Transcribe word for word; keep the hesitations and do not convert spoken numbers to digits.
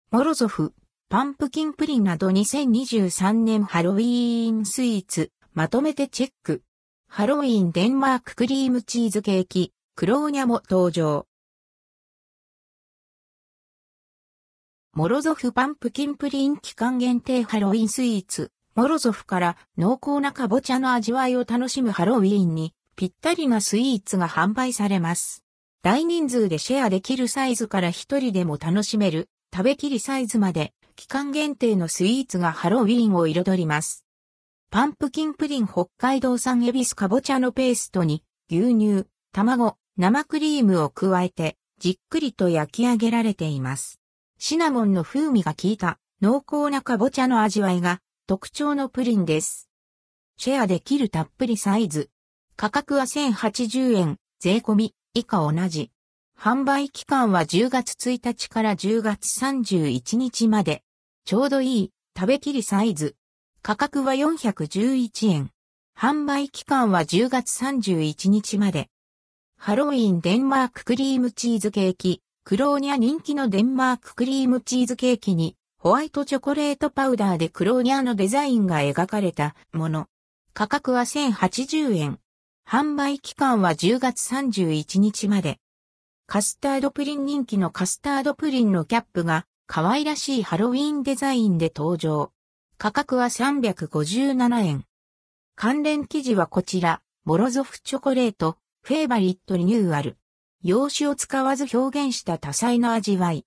モロゾフ、パンプキンプリンなどにせんにじゅうさんねんハロウィーンスイーツ、まとめてチェック。ハロウィーンデンマーククリームチーズケーキ、クローニャも登場。モロゾフパンプキンプリン期間限定ハロウィンスイーツ。モロゾフから濃厚なかぼちゃの味わいを楽しむハロウィーンにぴったりなスイーツが販売されます。大人数でシェアできるサイズから一人でも楽しめる食べきりサイズまで期間限定のスイーツがハロウィーンを彩ります。パンプキンプリン北海道産エビスかぼちゃのペーストに牛乳、卵、生クリームを加えてじっくりと焼き上げられています。シナモンの風味が効いた濃厚なかぼちゃの味わいが特徴のプリンです。シェアできるたっぷりサイズ。価格はせんはちじゅうえん、税込み、以下同じ。販売期間はじゅうがつついたちからじゅうがつさんじゅういちにちまで。ちょうどいい、食べきりサイズ。価格はよんひゃくじゅういちえん。販売期間はじゅうがつさんじゅういちにちまで。ハロウィンデンマーククリームチーズケーキ。クローニャ人気のデンマーククリームチーズケーキに、ホワイトチョコレートパウダーでクローニャのデザインが描かれたもの。価格はせんはちじゅうえん。販売期間はじゅうがつさんじゅういちにちまで。カスタードプリン人気のカスタードプリンのキャップが可愛らしいハロウィンデザインで登場。価格はさんびゃくごじゅうななえん。関連記事はこちら、モロゾフチョコレート、フェイバリットリニューアル。洋酒を使わず表現した多彩な味わい。